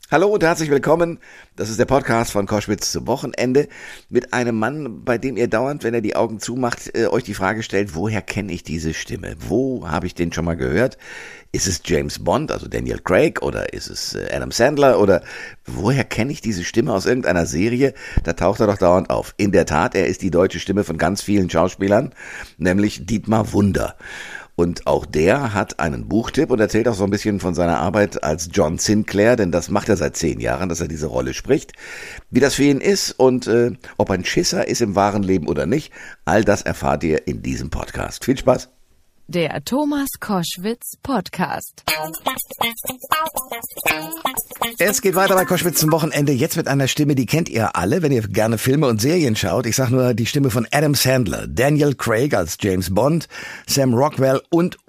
Hallo und herzlich willkommen. Das ist der Podcast von Koschwitz zum Wochenende mit einem Mann, bei dem ihr dauernd, wenn er die Augen zumacht, euch die Frage stellt, woher kenne ich diese Stimme? Wo habe ich den schon mal gehört? Ist es James Bond, also Daniel Craig, oder ist es Adam Sandler, oder woher kenne ich diese Stimme aus irgendeiner Serie? Da taucht er doch dauernd auf. In der Tat, er ist die deutsche Stimme von ganz vielen Schauspielern, nämlich Dietmar Wunder. Und auch der hat einen Buchtipp und erzählt auch so ein bisschen von seiner Arbeit als John Sinclair, denn das macht er seit 10 Jahren, dass er diese Rolle spricht. Wie das für ihn ist und ob er ein Schisser ist im wahren Leben oder nicht, all das erfahrt ihr in diesem Podcast. Viel Spaß! Der Thomas Koschwitz Podcast. Es geht weiter bei Koschwitz zum Wochenende, jetzt mit einer Stimme, die kennt ihr alle, wenn ihr gerne Filme und Serien schaut. Ich sag nur die Stimme von Adam Sandler, Daniel Craig als James Bond, Sam Rockwell und.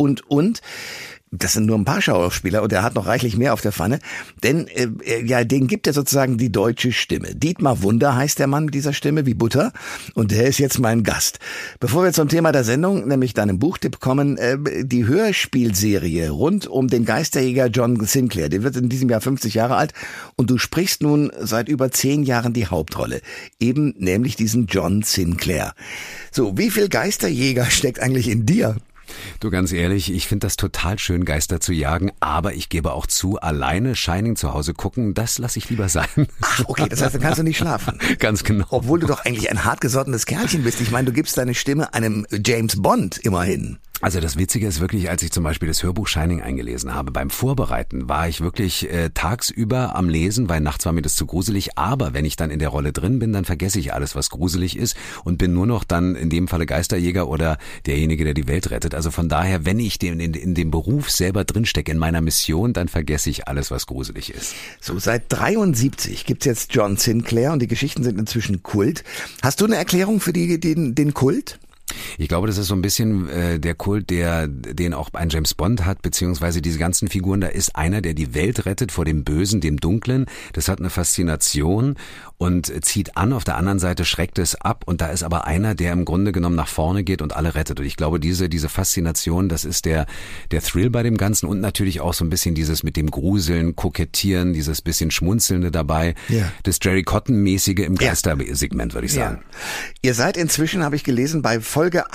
Das sind nur ein paar Schauspieler und er hat noch reichlich mehr auf der Pfanne, denn den gibt er sozusagen die deutsche Stimme. Dietmar Wunder heißt der Mann mit dieser Stimme wie Butter und der ist jetzt mein Gast. Bevor wir zum Thema der Sendung, nämlich deinem Buchtipp kommen, die Hörspielserie rund um den Geisterjäger John Sinclair, der wird in diesem Jahr 50 Jahre alt und du sprichst nun seit über 10 Jahren die Hauptrolle, eben nämlich diesen John Sinclair. So, wie viel Geisterjäger steckt eigentlich in dir? Du, ganz ehrlich, ich finde das total schön, Geister zu jagen, aber ich gebe auch zu, alleine Shining zu Hause gucken, das lasse ich lieber sein. Ach, okay, das heißt, dann kannst du nicht schlafen. Ganz genau. Obwohl du doch eigentlich ein hartgesottenes Kerlchen bist. Ich meine, du gibst deine Stimme einem James Bond immerhin. Also das Witzige ist wirklich, als ich zum Beispiel das Hörbuch Shining eingelesen habe, beim Vorbereiten war ich wirklich tagsüber am Lesen, weil nachts war mir das zu gruselig, aber wenn ich dann in der Rolle drin bin, dann vergesse ich alles, was gruselig ist und bin nur noch dann in dem Falle Geisterjäger oder derjenige, der die Welt rettet. Also von daher, wenn ich in dem Beruf selber drinstecke, in meiner Mission, dann vergesse ich alles, was gruselig ist. So, seit 73 gibt's jetzt John Sinclair und die Geschichten sind inzwischen Kult. Hast du eine Erklärung für den Kult? Ich glaube, das ist so ein bisschen der Kult, den auch ein James Bond hat, beziehungsweise diese ganzen Figuren. Da ist einer, der die Welt rettet vor dem Bösen, dem Dunklen. Das hat eine Faszination und zieht an. Auf der anderen Seite schreckt es ab. Und da ist aber einer, der im Grunde genommen nach vorne geht und alle rettet. Und ich glaube, diese Faszination, das ist der Thrill bei dem Ganzen und natürlich auch so ein bisschen dieses mit dem Gruseln, Kokettieren, dieses bisschen Schmunzelnde dabei. Ja. Das Jerry Cotton-mäßige im Geistersegment, würde ich sagen. Ja. Ihr seid inzwischen, habe ich gelesen, bei Folge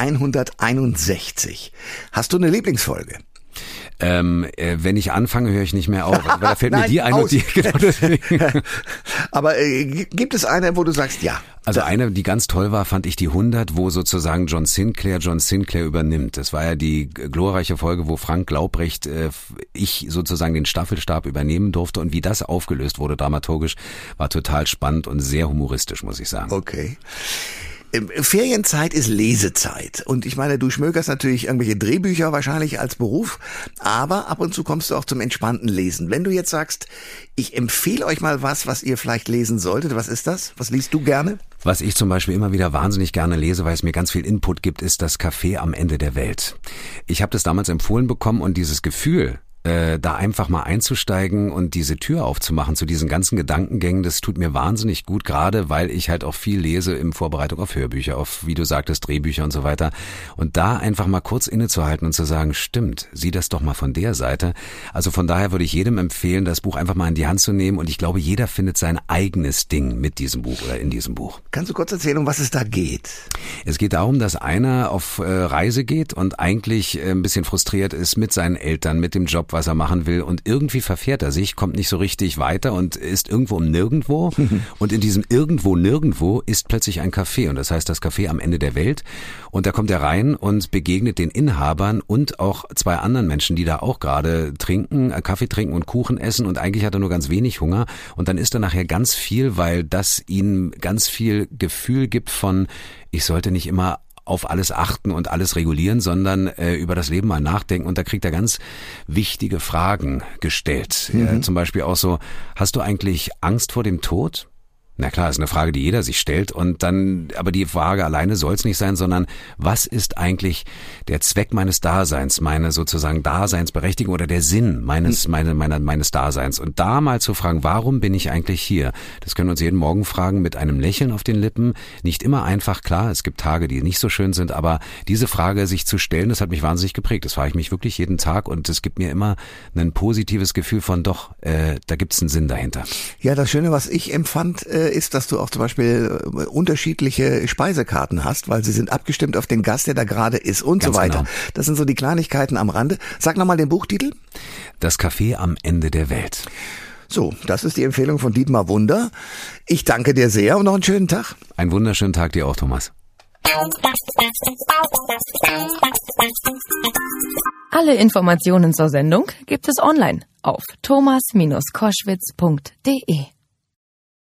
161. Hast du eine Lieblingsfolge? Wenn ich anfange, höre ich nicht mehr auf. Weil da fällt mir die ein aus. und die. Genau deswegen. Aber gibt es eine, wo du sagst, ja? Also eine, die ganz toll war, fand ich die 100, wo sozusagen John Sinclair übernimmt. Das war ja die glorreiche Folge, wo Frank Laubrecht ich sozusagen den Staffelstab übernehmen durfte und wie das aufgelöst wurde dramaturgisch, war total spannend und sehr humoristisch, muss ich sagen. Okay. Ferienzeit ist Lesezeit und ich meine, du schmökerst natürlich irgendwelche Drehbücher wahrscheinlich als Beruf, aber ab und zu kommst du auch zum entspannten Lesen. Wenn du jetzt sagst, ich empfehle euch mal was ihr vielleicht lesen solltet, was ist das? Was liest du gerne? Was ich zum Beispiel immer wieder wahnsinnig gerne lese, weil es mir ganz viel Input gibt, ist das Café am Ende der Welt. Ich habe das damals empfohlen bekommen und dieses Gefühl, da einfach mal einzusteigen und diese Tür aufzumachen zu diesen ganzen Gedankengängen, das tut mir wahnsinnig gut, gerade weil ich halt auch viel lese in Vorbereitung auf Hörbücher, auf, wie du sagtest, Drehbücher und so weiter. Und da einfach mal kurz innezuhalten und zu sagen, stimmt, sieh das doch mal von der Seite. Also von daher würde ich jedem empfehlen, das Buch einfach mal in die Hand zu nehmen und ich glaube, jeder findet sein eigenes Ding mit diesem Buch oder in diesem Buch. Kannst du kurz erzählen, um was es da geht? Es geht darum, dass einer auf Reise geht und eigentlich ein bisschen frustriert ist mit seinen Eltern, mit dem Job, was er machen will und irgendwie verfährt er sich, kommt nicht so richtig weiter und ist irgendwo im Nirgendwo und in diesem Irgendwo Nirgendwo ist plötzlich ein Café und das heißt das Café am Ende der Welt und da kommt er rein und begegnet den Inhabern und auch 2 anderen Menschen, die da auch gerade Kaffee trinken und Kuchen essen und eigentlich hat er nur ganz wenig Hunger und dann isst er nachher ganz viel, weil das ihm ganz viel Gefühl gibt von, ich sollte nicht immer auf alles achten und alles regulieren, sondern über das Leben mal nachdenken und da kriegt er ganz wichtige Fragen gestellt. Zum Beispiel auch so, hast du eigentlich Angst vor dem Tod? Na klar, ist eine Frage, die jeder sich stellt und dann, aber die Frage alleine soll es nicht sein, sondern was ist eigentlich der Zweck meines Daseins, meine sozusagen Daseinsberechtigung oder der Sinn meines Daseins und da mal zu fragen, warum bin ich eigentlich hier? Das können wir uns jeden Morgen fragen mit einem Lächeln auf den Lippen, nicht immer einfach, klar, es gibt Tage, die nicht so schön sind, aber diese Frage sich zu stellen, das hat mich wahnsinnig geprägt, das frage ich mich wirklich jeden Tag und es gibt mir immer ein positives Gefühl von doch, da gibt's einen Sinn dahinter. Ja, das Schöne, was ich empfand, ist, dass du auch zum Beispiel unterschiedliche Speisekarten hast, weil sie sind abgestimmt auf den Gast, der da gerade ist und Ganz so weiter. genau. Das sind so die Kleinigkeiten am Rande. Sag nochmal den Buchtitel. Das Café am Ende der Welt. So, das ist die Empfehlung von Dietmar Wunder. Ich danke dir sehr und noch einen schönen Tag. Einen wunderschönen Tag dir auch, Thomas. Alle Informationen zur Sendung gibt es online auf thomas-koschwitz.de.